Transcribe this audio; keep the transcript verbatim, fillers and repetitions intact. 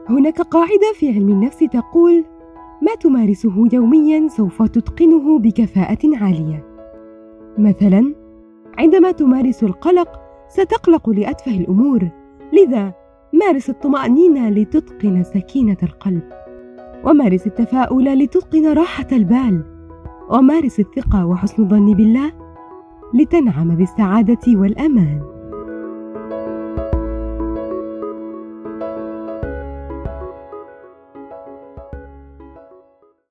هناك قاعدة في علم النفس تقول: ما تمارسه يومياً سوف تتقنه بكفاءة عالية. مثلاً، عندما تمارس القلق ستقلق لأتفه الأمور، لذا مارس الطمأنينة لتتقن سكينة القلب، ومارس التفاؤل لتتقن راحة البال، ومارس الثقة وحسن الظن بالله لتنعم بالسعادة والأمان.